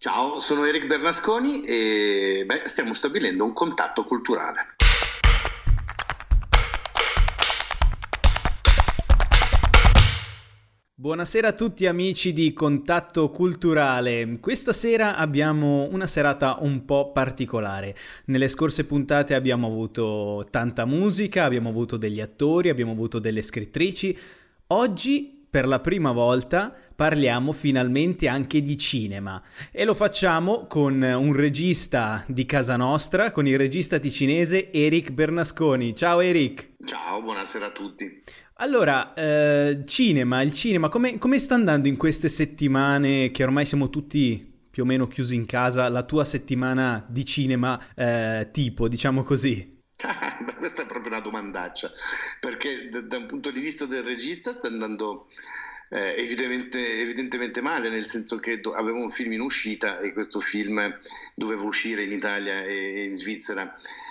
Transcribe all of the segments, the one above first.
Ciao, sono Eric Bernasconi e stiamo stabilendo un contatto culturale. Buonasera a tutti amici di Contatto Culturale. Questa sera abbiamo una serata un po' particolare. Nelle scorse puntate abbiamo avuto tanta musica, abbiamo avuto degli attori, abbiamo avuto delle scrittrici. Oggi, per la prima volta, parliamo finalmente anche di cinema e lo facciamo con un regista di casa nostra, con il regista ticinese Eric Bernasconi. Ciao Eric! Ciao, buonasera a tutti. Allora, il cinema, come sta andando in queste settimane che ormai siamo tutti più o meno chiusi in casa, la tua settimana di cinema tipo, diciamo così? Questa è proprio una domandaccia, perché da un punto di vista del regista sta andando evidentemente male, nel senso che avevo un film in uscita e questo film doveva uscire in Italia e in Svizzera.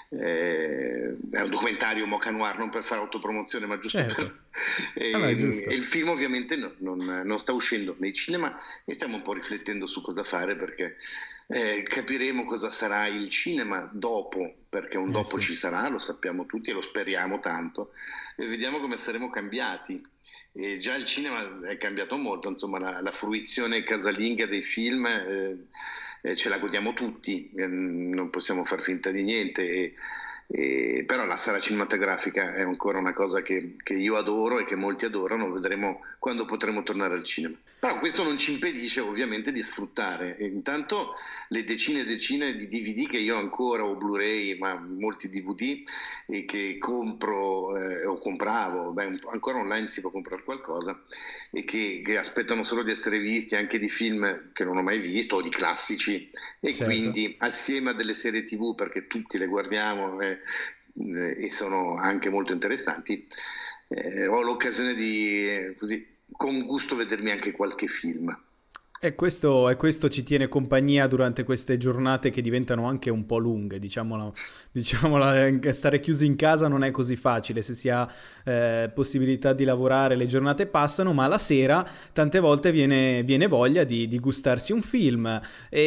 È un documentario Mocha Noir, non per fare autopromozione ma giusto Certo. e il film ovviamente non sta uscendo nei cinema e stiamo un po' riflettendo su cosa fare, perché capiremo cosa sarà il cinema dopo, perché un dopo Sì. ci sarà, lo sappiamo tutti e lo speriamo tanto, e vediamo come saremo cambiati. E già il cinema è cambiato molto, insomma la fruizione casalinga dei film ce la godiamo tutti, non possiamo far finta di niente, però la sala cinematografica è ancora una cosa che io adoro e che molti adorano. Vedremo quando potremo tornare al cinema. Però questo non ci impedisce ovviamente di sfruttare intanto le decine e decine di DVD che io ancora, o Blu-ray, ma molti DVD, e che compro o compravo, ancora online si può comprare qualcosa, e che aspettano solo di essere visti, anche di film che non ho mai visto o di classici, e Certo. quindi assieme a delle serie TV, perché tutti le guardiamo e sono anche molto interessanti, ho l'occasione di così con gusto vedermi anche qualche film. E questo ci tiene compagnia durante queste giornate che diventano anche un po' lunghe, diciamola, stare chiusi in casa non è così facile, se si ha possibilità di lavorare le giornate passano, ma la sera tante volte viene voglia di gustarsi un film.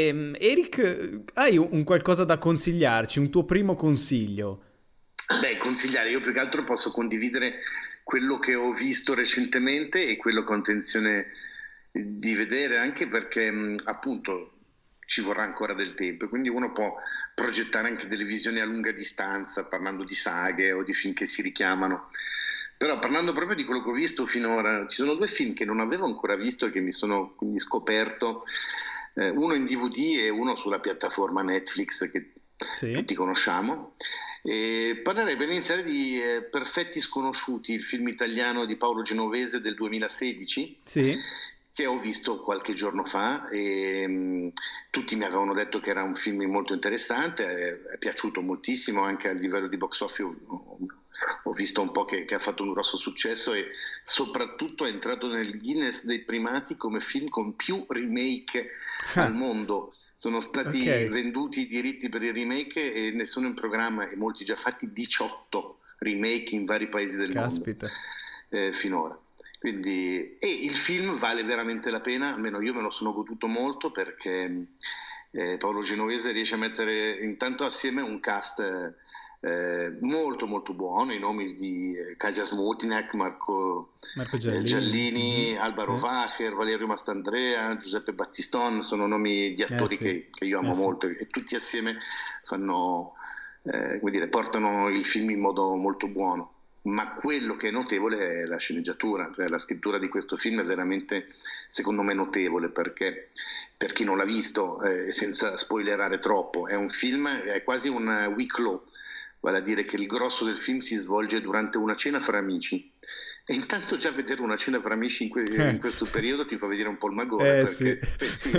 Eric, hai un qualcosa da consigliarci, un tuo primo consiglio? Consigliare, io più che altro posso condividere quello che ho visto recentemente e quello che ho intenzione di vedere, anche perché appunto ci vorrà ancora del tempo e quindi uno può progettare anche delle visioni a lunga distanza, parlando di saghe o di film che si richiamano. Però parlando proprio di quello che ho visto finora, ci sono due film che non avevo ancora visto e che mi sono quindi scoperto, uno in DVD e uno sulla piattaforma Netflix che Sì. tutti conosciamo. E parlerei per iniziare di Perfetti Sconosciuti, il film italiano di Paolo Genovese del 2016, Sì. che ho visto qualche giorno fa e tutti mi avevano detto che era un film molto interessante, è piaciuto moltissimo anche a livello di box office. Ho visto un po' che ha fatto un grosso successo e soprattutto è entrato nel Guinness dei primati come film con più remake al mondo. Sono stati venduti i diritti per il remake e ne sono in programma, e molti già fatti, 18 remake in vari paesi del Caspita. mondo finora. Quindi, e il film vale veramente la pena, almeno io me lo sono goduto molto, perché Paolo Genovese riesce a mettere intanto assieme un cast molto molto buono, i nomi di Kasia Smutinak, Marco Giallini, Alba Rovacher, Valerio Mastandrea, Giuseppe Battiston, sono nomi di attori che io amo molto, e tutti assieme fanno, come dire, portano il film in modo molto buono. Ma quello che è notevole è la sceneggiatura, cioè la scrittura di questo film è veramente, secondo me, notevole, perché per chi non l'ha visto, senza spoilerare troppo, è un film, è quasi un week-long, vale a dire che il grosso del film si svolge durante una cena fra amici. E intanto già vedere una cena fra amici in questo periodo ti fa vedere un po' il magone, perché pensi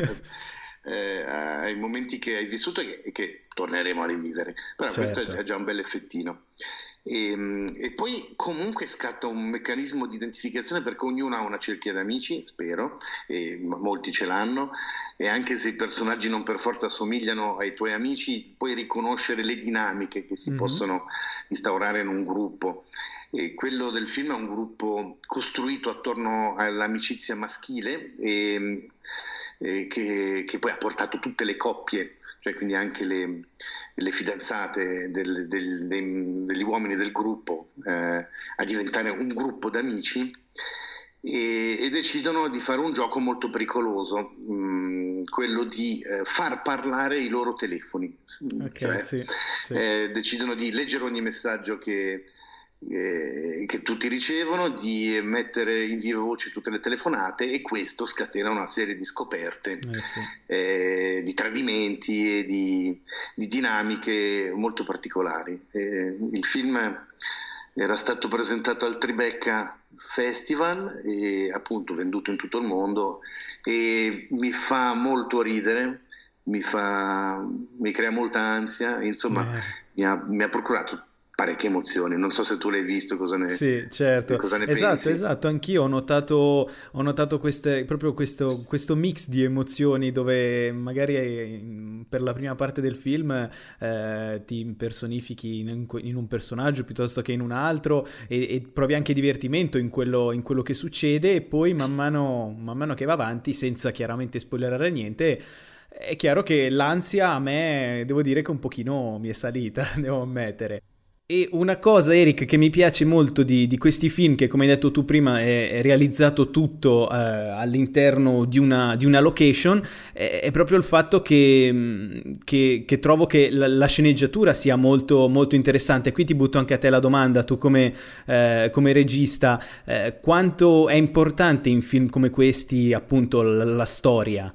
ai momenti che hai vissuto e che torneremo a rivivere. Però questo è già un bel effettino. E poi comunque scatta un meccanismo di identificazione, perché ognuno ha una cerchia di amici, spero, e molti ce l'hanno, e anche se i personaggi non per forza assomigliano ai tuoi amici, puoi riconoscere le dinamiche che si possono instaurare in un gruppo. E quello del film è un gruppo costruito attorno all'amicizia maschile, e che poi ha portato tutte le coppie, cioè quindi anche le fidanzate degli uomini del gruppo a diventare un gruppo d'amici, e decidono di fare un gioco molto pericoloso, quello di far parlare i loro telefoni. Okay, Cioè, sì, sì. decidono di leggere ogni messaggio che tutti ricevono, di mettere in viva voce tutte le telefonate, e questo scatena una serie di scoperte, Sì. di tradimenti e di dinamiche molto particolari. Il film era stato presentato al Tribeca Festival e appunto venduto in tutto il mondo, e mi fa molto ridere, mi crea molta ansia, insomma mi ha procurato parecchie emozioni. Non so se tu l'hai visto, Sì, certo. cosa ne Esatto, pensi? esatto. Anch'io ho notato proprio questo mix di emozioni dove magari per la prima parte del film ti impersonifichi in un personaggio piuttosto che in un altro, e provi anche divertimento in quello che succede, e poi man mano che va avanti, senza chiaramente spoilerare niente, è chiaro che l'ansia a me, devo dire che un pochino mi è salita, devo ammettere. E una cosa, Eric, che mi piace molto di questi film, che come hai detto tu prima è realizzato tutto all'interno di una location, è proprio il fatto che trovo che la sceneggiatura sia molto, molto interessante. Qui ti butto anche a te la domanda, tu come regista, quanto è importante in film come questi appunto la storia?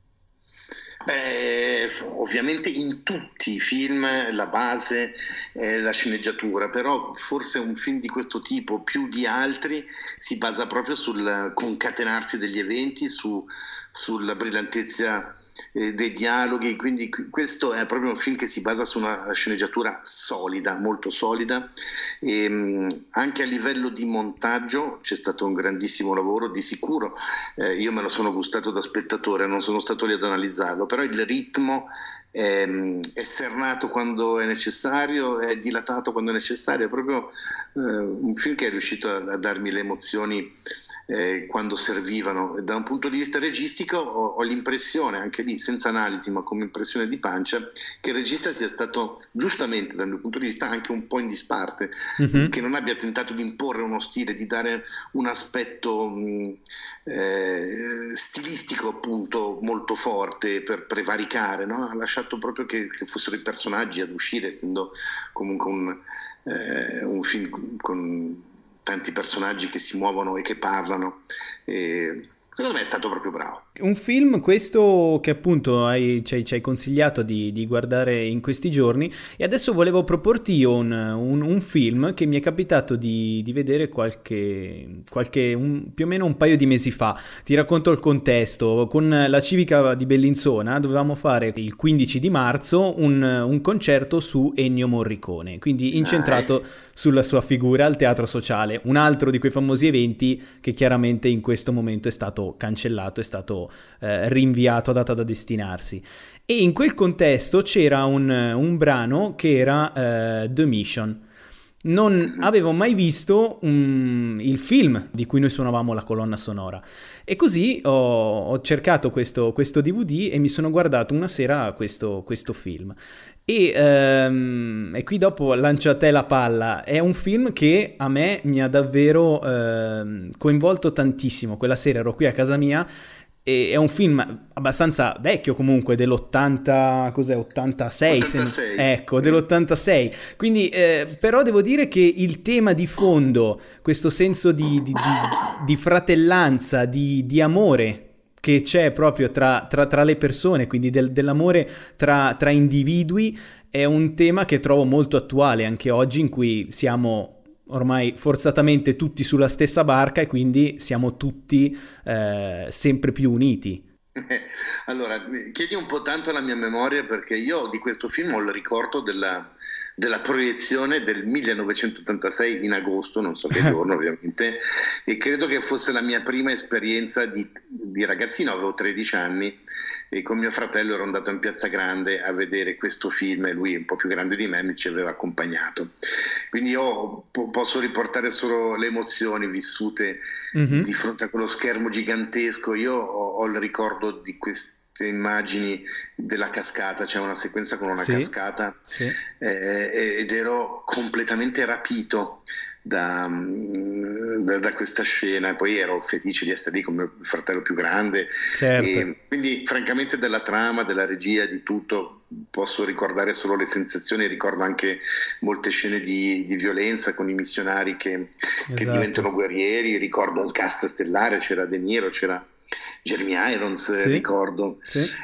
Ovviamente in tutti i film la base è la sceneggiatura, però forse un film di questo tipo più di altri si basa proprio sul concatenarsi degli eventi, sulla brillantezza dei dialoghi, quindi questo è proprio un film che si basa su una sceneggiatura solida, molto solida, e anche a livello di montaggio c'è stato un grandissimo lavoro, di sicuro. Io me lo sono gustato da spettatore, non sono stato lì ad analizzarlo, però il ritmo è serrato quando è necessario, è dilatato quando è necessario, è proprio un film che è riuscito a darmi le emozioni quando servivano. Da un punto di vista registico ho l'impressione, anche lì senza analisi ma come impressione di pancia, che il regista sia stato, giustamente dal mio punto di vista, anche un po' in disparte, che non abbia tentato di imporre uno stile, di dare un aspetto stilistico appunto molto forte per prevaricare, no? Ha lasciato proprio che fossero i personaggi ad uscire, essendo comunque un film con tanti personaggi che si muovono e che parlano. Secondo me è stato proprio bravo. Un film questo che appunto ci hai consigliato di guardare in questi giorni, e adesso volevo proporti io un film che mi è capitato di vedere più o meno un paio di mesi fa. Ti racconto il contesto. Con la Civica di Bellinzona dovevamo fare il 15 di marzo un concerto su Ennio Morricone, quindi incentrato sulla sua figura al Teatro Sociale, un altro di quei famosi eventi che chiaramente in questo momento è stato cancellato, è stato rinviato a data da destinarsi. E in quel contesto c'era un brano che era The Mission. Non avevo mai visto il film di cui noi suonavamo la colonna sonora, e così ho cercato questo DVD e mi sono guardato una sera questo film. E qui dopo lancio a te la palla. È un film che a me mi ha davvero coinvolto tantissimo. Quella sera ero qui a casa mia, e è un film abbastanza vecchio comunque, dell'80, cos'è? 86, 86. Ecco, dell'86. Quindi però devo dire che il tema di fondo, questo senso di fratellanza, di amore che c'è proprio tra le persone, quindi dell'amore tra individui, è un tema che trovo molto attuale anche oggi, in cui siamo ormai forzatamente tutti sulla stessa barca, e quindi siamo tutti sempre più uniti. Allora, chiedi un po' tanto alla mia memoria, perché io di questo film ho il ricordo della proiezione del 1986 in agosto, non so che giorno ovviamente, e credo che fosse la mia prima esperienza di ragazzino, avevo 13 anni e con mio fratello ero andato in Piazza Grande a vedere questo film e lui, un po' più grande di me, mi ci aveva accompagnato. Quindi io posso riportare solo le emozioni vissute di fronte a quello schermo gigantesco. Io ho il ricordo di queste immagini della cascata, c'è una sequenza con una cascata, ed ero completamente rapito da questa scena, e poi ero felice di essere lì con mio fratello più grande, e quindi francamente della trama, della regia, di tutto posso ricordare solo le sensazioni. Ricordo anche molte scene di violenza con i missionari che diventano guerrieri, ricordo un cast stellare, c'era De Niro, c'era Jeremy Irons, ricordo.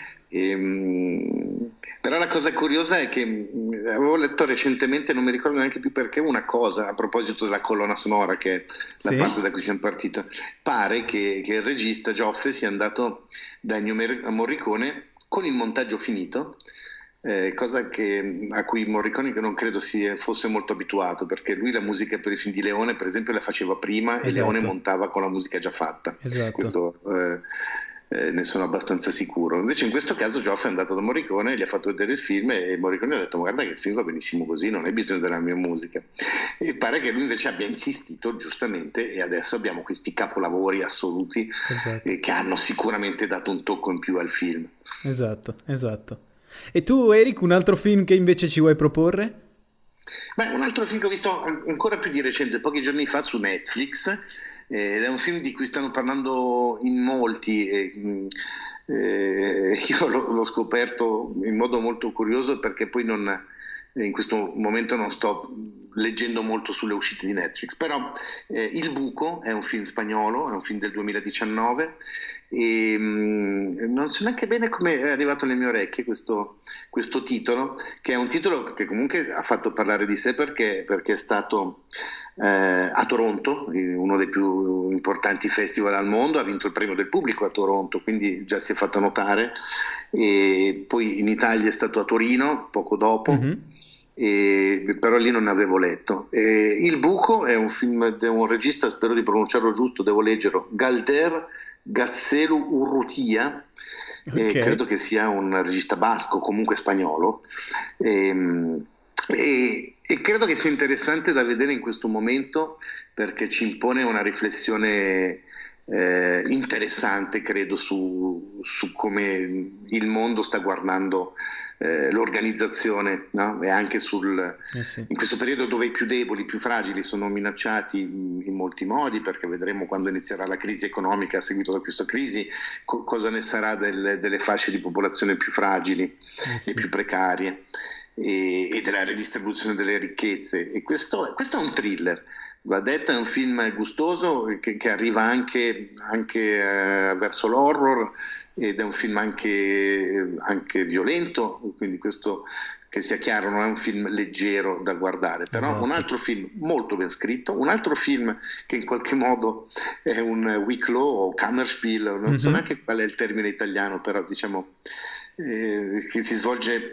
Però la cosa curiosa è che avevo letto recentemente, non mi ricordo neanche più perché, una cosa a proposito della colonna sonora, che è la parte da cui siamo partiti. Pare che il regista Gioffe sia andato da Ennio Morricone con il montaggio finito, cosa a cui Morricone, che non credo fosse molto abituato, perché lui la musica per i film di Leone per esempio la faceva prima, e Leone montava con la musica già fatta. Questo ne sono abbastanza sicuro. Invece in questo caso Gioffe è andato da Morricone, gli ha fatto vedere il film e Morricone ha detto: guarda che il film va benissimo così, non hai bisogno della mia musica. E pare che lui invece abbia insistito giustamente, e adesso abbiamo questi capolavori assoluti che hanno sicuramente dato un tocco in più al film. Esatto. E tu, Eric, un altro film che invece ci vuoi proporre? Un altro film che ho visto ancora più di recente, pochi giorni fa, su Netflix, ed è un film di cui stanno parlando in molti, io l'ho scoperto in modo molto curioso, perché poi in questo momento non sto leggendo molto sulle uscite di Netflix, però Il Buco è un film spagnolo, è un film del 2019, e non so neanche bene come è arrivato alle mie orecchie questo titolo, che è un titolo che comunque ha fatto parlare di sé, perché è stato a Toronto, uno dei più importanti festival al mondo, ha vinto il premio del pubblico a Toronto, quindi già si è fatto notare, e poi in Italia è stato a Torino poco dopo. Però lì non ne avevo letto. Il Buco è un film di un regista, spero di pronunciarlo giusto, devo leggerlo, Galder Gaztelu Urrutia, credo che sia un regista basco, comunque spagnolo, e credo che sia interessante da vedere in questo momento, perché ci impone una riflessione interessante, credo, su come il mondo sta guardando l'organizzazione, no? E anche in questo periodo dove i più deboli, i più fragili sono minacciati in molti modi, perché vedremo quando inizierà la crisi economica a seguito da questa crisi cosa ne sarà delle fasce di popolazione più fragili e più precarie, e della redistribuzione delle ricchezze. E questo è un thriller, va detto, è un film gustoso che arriva anche verso l'horror, ed è un film anche violento, quindi questo, che sia chiaro, non è un film leggero da guardare, però un altro film molto ben scritto, un altro film che in qualche modo è un huis clos o Kammerspiel, non so neanche qual è il termine italiano, però diciamo che si svolge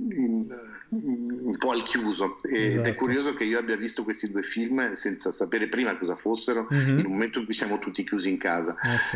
un po' al chiuso, ed è curioso che io abbia visto questi due film senza sapere prima cosa fossero, in un momento in cui siamo tutti chiusi in casa.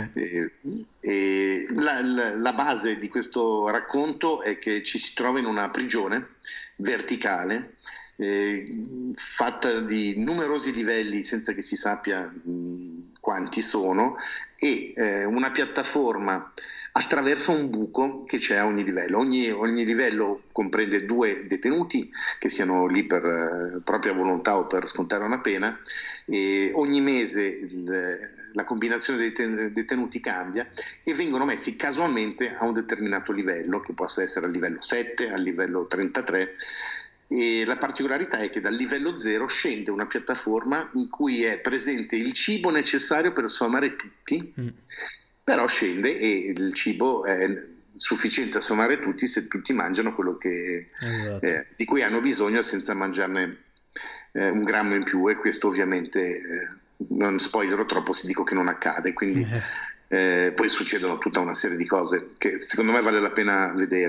La base di questo racconto è che ci si trova in una prigione verticale, fatta di numerosi livelli senza che si sappia quanti sono, e una piattaforma attraverso un buco che c'è a ogni livello. Ogni livello comprende 2 detenuti che siano lì per propria volontà o per scontare una pena, e ogni mese la combinazione dei detenuti cambia, e vengono messi casualmente a un determinato livello, che possa essere al livello 7, al livello 33, e la particolarità è che dal livello 0 scende una piattaforma in cui è presente il cibo necessario per sfamare tutti, però scende, e il cibo è sufficiente a sfamare tutti se tutti mangiano quello di cui hanno bisogno, senza mangiarne un grammo in più, e questo ovviamente non spoilerò troppo se dico che non accade, quindi poi succedono tutta una serie di cose che secondo me vale la pena vedere.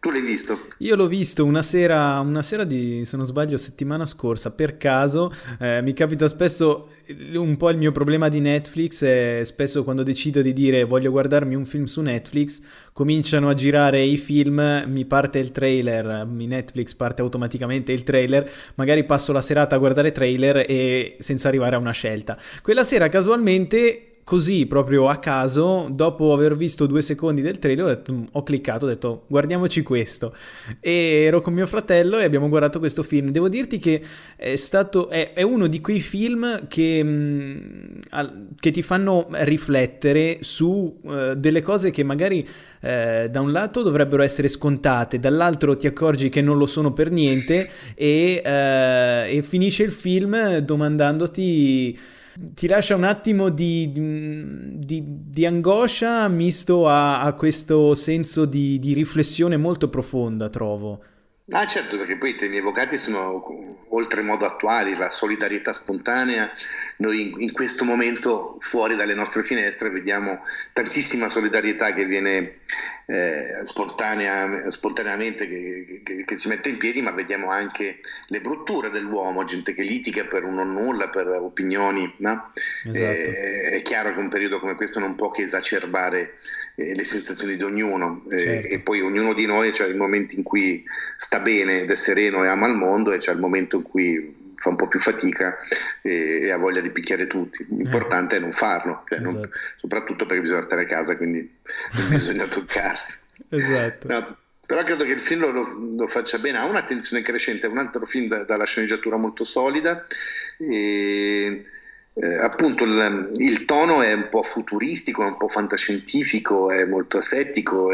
Tu l'hai visto? Io l'ho visto una sera di, se non sbaglio, settimana scorsa, per caso. Mi capita spesso, un po' il mio problema di Netflix è spesso quando decido di dire voglio guardarmi un film su Netflix, cominciano a girare i film, mi parte il trailer, Netflix parte automaticamente il trailer, magari passo la serata a guardare trailer e senza arrivare a una scelta. Quella sera casualmente, così proprio a caso, dopo aver visto 2 secondi del trailer, ho cliccato, ho detto guardiamoci questo, e ero con mio fratello e abbiamo guardato questo film. Devo dirti che è uno di quei film che ti fanno riflettere su delle cose che magari da un lato dovrebbero essere scontate, dall'altro ti accorgi che non lo sono per niente, e finisce il film domandandoti, ti lascia un attimo di angoscia misto a questo senso di riflessione molto profonda, trovo. Ah, certo, perché poi i temi evocati sono oltremodo attuali, la solidarietà spontanea. Noi in questo momento fuori dalle nostre finestre vediamo tantissima solidarietà che viene spontaneamente che si mette in piedi, ma vediamo anche le brutture dell'uomo, gente che litiga per un non nulla, per opinioni, no? Esatto. È chiaro che un periodo come questo non può che esacerbare le sensazioni di ognuno, Certo. e poi ognuno di noi c'ha il momento in cui sta bene ed è sereno e ama il mondo, e c'è il momento in cui fa un po' più fatica e ha voglia di picchiare tutti. L'importante è non farlo, Esatto. soprattutto perché bisogna stare a casa, quindi non bisogna toccarsi. Esatto. No, però credo che il film lo faccia bene, ha un'attenzione crescente, è un altro film dalla sceneggiatura molto solida, e appunto il tono è un po' futuristico, è un po' fantascientifico, è molto asettico,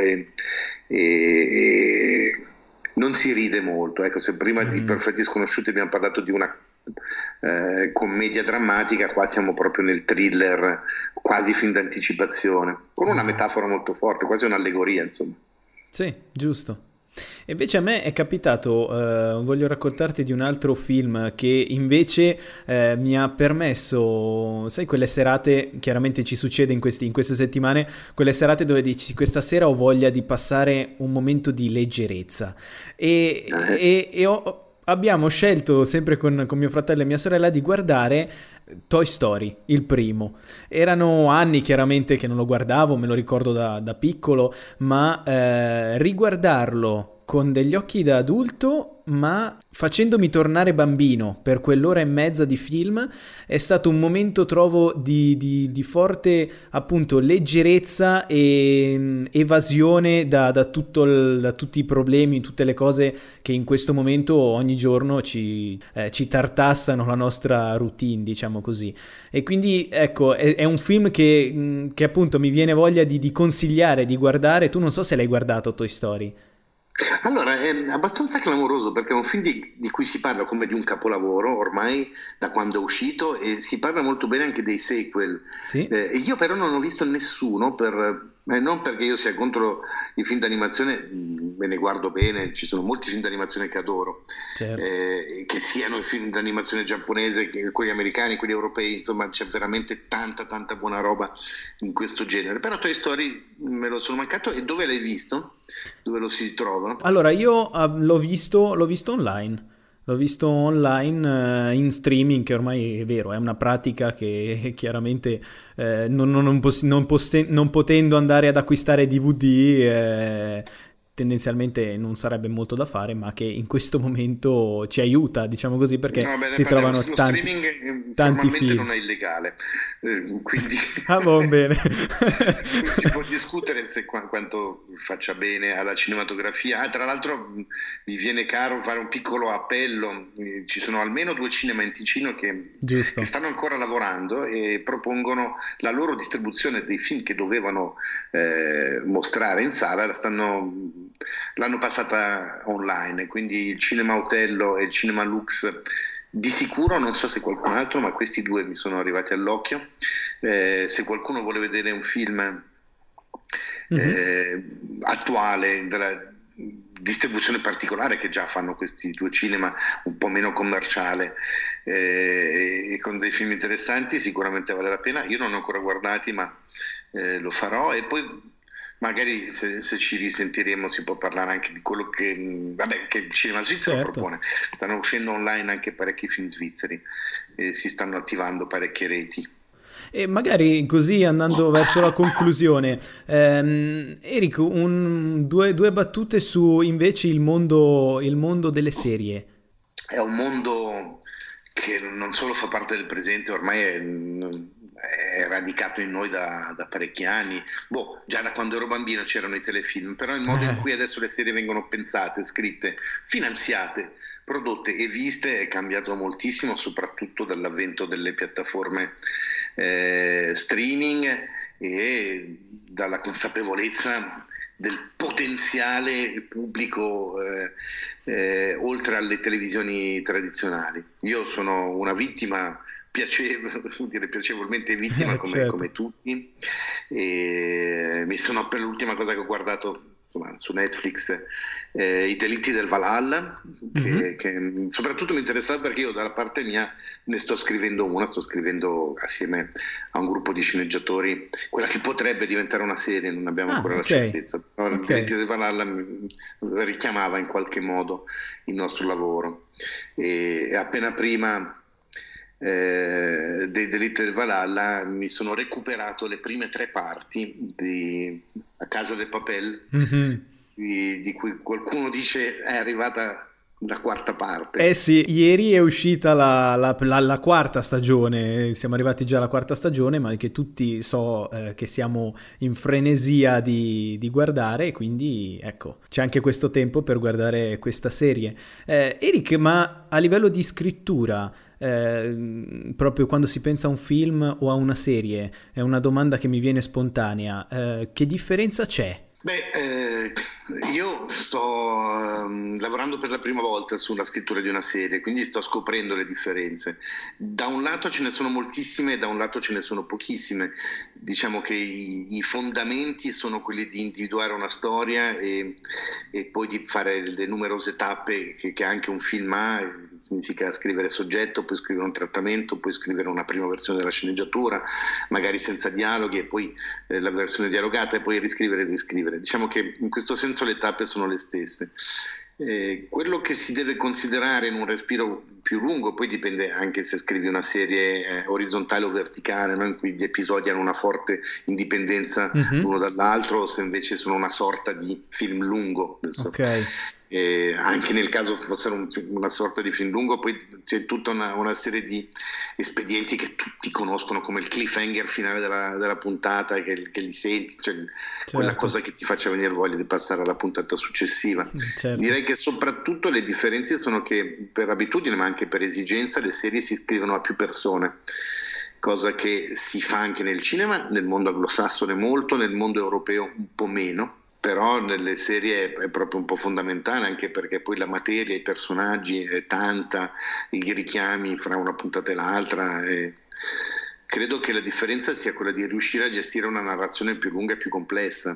e non si ride molto. Ecco, se prima di Perfetti Sconosciuti abbiamo parlato di una commedia drammatica, qua siamo proprio nel thriller, quasi fin d'anticipazione, con una metafora molto forte, quasi un'allegoria, insomma. Sì, giusto. E invece a me è capitato, voglio raccontarti di un altro film che invece mi ha permesso, sai, quelle serate, chiaramente ci succede in queste settimane, quelle serate dove dici questa sera ho voglia di passare un momento di leggerezza, abbiamo scelto sempre con mio fratello e mia sorella di guardare Toy Story, il primo. Erano anni chiaramente che non lo guardavo, me lo ricordo da piccolo, ma riguardarlo con degli occhi da adulto, ma facendomi tornare bambino per quell'ora e mezza di film, è stato un momento, trovo, di forte, appunto, leggerezza e evasione da tutti i problemi, tutte le cose che in questo momento ogni giorno ci tartassano la nostra routine, diciamo così. E quindi ecco, è un film che appunto mi viene voglia di consigliare, di guardare. Tu non so se l'hai guardato Toy Story. Allora, è abbastanza clamoroso perché è un film di cui si parla come di un capolavoro ormai da quando è uscito, e si parla molto bene anche dei sequel. Sì. Io però non ho visto nessuno, non perché io sia contro i film d'animazione, me ne guardo bene, ci sono molti film d'animazione che adoro, Certo. che siano i film d'animazione giapponese, quelli americani, quelli europei, insomma c'è veramente tanta buona roba in questo genere. Però Toy Story me lo sono mancato. E dove l'hai visto? Dove lo si trova? Allora, io l'ho visto online. L'ho visto online, in streaming, che ormai è vero, è una pratica che chiaramente non potendo andare ad acquistare DVD, tendenzialmente non sarebbe molto da fare, ma che in questo momento ci aiuta, diciamo così, perché No, bene, si trovano lo tanti streaming tanti formalmente film. non è illegale, quindi Ah, buon bene. si può discutere se quanto faccia bene alla cinematografia. Tra l'altro mi viene caro fare un piccolo appello. Ci sono almeno 2 cinema in Ticino Giusto. che stanno ancora lavorando e propongono la loro distribuzione dei film che dovevano mostrare in sala, l'hanno passata online, quindi il Cinema Otello e il Cinema Lux di sicuro, non so se qualcun altro, ma questi 2 mi sono arrivati all'occhio. Se qualcuno vuole vedere un film attuale, della distribuzione particolare che già fanno questi 2 cinema, un po' meno commerciale, e con dei film interessanti, sicuramente vale la pena. Io non ho ancora guardati, ma lo farò. E poi Magari se ci risentiremo si può parlare anche di quello che il cinema svizzero Certo. propone. Stanno uscendo online anche parecchi film svizzeri, si stanno attivando parecchie reti. E magari così andando verso la conclusione, Eric, due battute su invece il mondo delle serie. È un mondo che non solo fa parte del presente, ormai è radicato in noi da parecchi anni. Già da quando ero bambino c'erano i telefilm, però il modo in cui adesso le serie vengono pensate, scritte, finanziate, prodotte e viste è cambiato moltissimo, soprattutto dall'avvento delle piattaforme streaming e dalla consapevolezza del potenziale pubblico oltre alle televisioni tradizionali. Io sono una vittima piacevolmente vittima Certo. come tutti, e mi sono per l'ultima cosa che ho guardato su Netflix, I delitti del Valhalla, che soprattutto mi interessava perché io dalla parte mia ne sto scrivendo assieme a un gruppo di sceneggiatori quella che potrebbe diventare una serie, non abbiamo ancora la certezza, però I delitti del Valhalla richiamava in qualche modo il nostro lavoro, e appena prima dei delitti del Valhalla mi sono recuperato le prime 3 parti di A Casa de Papel, di cui qualcuno dice è arrivata la 4ª parte. Eh sì, ieri è uscita la 4ª stagione, siamo arrivati già alla 4ª stagione, ma che tutti che siamo in frenesia di guardare, e quindi ecco, c'è anche questo tempo per guardare questa serie. Eric, ma a livello di scrittura, proprio quando si pensa a un film o a una serie, è una domanda che mi viene spontanea, che differenza c'è? Io sto lavorando per la prima volta sulla scrittura di una serie, quindi sto scoprendo le differenze. Da un lato ce ne sono moltissime, da un lato ce ne sono pochissime. Diciamo che i fondamenti sono quelli di individuare una storia e poi di fare le numerose tappe che anche un film ha. Significa scrivere soggetto, poi scrivere un trattamento, poi scrivere una prima versione della sceneggiatura, magari senza dialoghi, e poi la versione dialogata, e poi riscrivere e riscrivere. Diciamo che in questo senso le tappe sono le stesse. Quello che si deve considerare in un respiro più lungo, poi dipende anche se scrivi una serie orizzontale o verticale, no? In cui gli episodi hanno una forte indipendenza l'uno dall'altro, o se invece sono una sorta di film lungo. Anche nel caso fossero una sorta di film lungo, poi c'è tutta una serie di espedienti che tutti conoscono, come il cliffhanger finale della puntata, che li senti, cioè quella cosa che ti faccia venire voglia di passare alla puntata successiva. Direi che soprattutto le differenze sono che per abitudine, ma anche per esigenza, le serie si scrivono a più persone, cosa che si fa anche nel cinema, nel mondo anglosassone molto, nel mondo europeo un po' meno. Però nelle serie è proprio un po' fondamentale, anche perché poi la materia, i personaggi è tanta, i richiami fra una puntata e l'altra. Credo che la differenza sia quella di riuscire a gestire una narrazione più lunga e più complessa,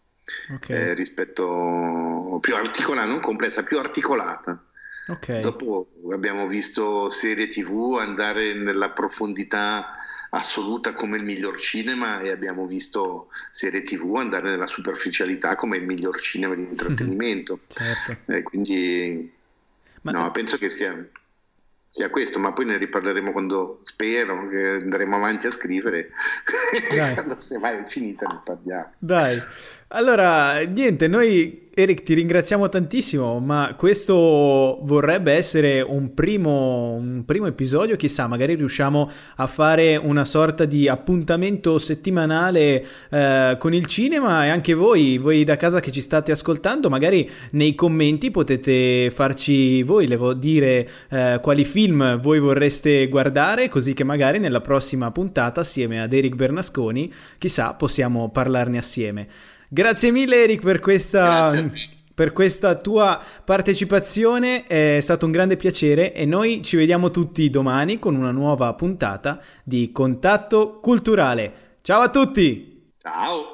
rispetto più articolata, non complessa, più articolata. Dopo abbiamo visto serie TV andare nella profondità assoluta come il miglior cinema, e abbiamo visto serie TV andare nella superficialità come il miglior cinema di intrattenimento. Quindi penso che sia questo, ma poi ne riparleremo quando, spero che andremo avanti a scrivere. Quando se mai è finita ne parliamo. Dai, allora niente, noi Eric ti ringraziamo tantissimo, ma questo vorrebbe essere un primo episodio, chissà, magari riusciamo a fare una sorta di appuntamento settimanale con il cinema, e anche voi da casa che ci state ascoltando, magari nei commenti potete farci voi dire quali film voi vorreste guardare, così che magari nella prossima puntata assieme ad Eric Bernasconi, chissà, possiamo parlarne assieme. Grazie mille Eric per questa tua partecipazione, è stato un grande piacere, e noi ci vediamo tutti domani con una nuova puntata di Contatto Culturale. Ciao a tutti! Ciao!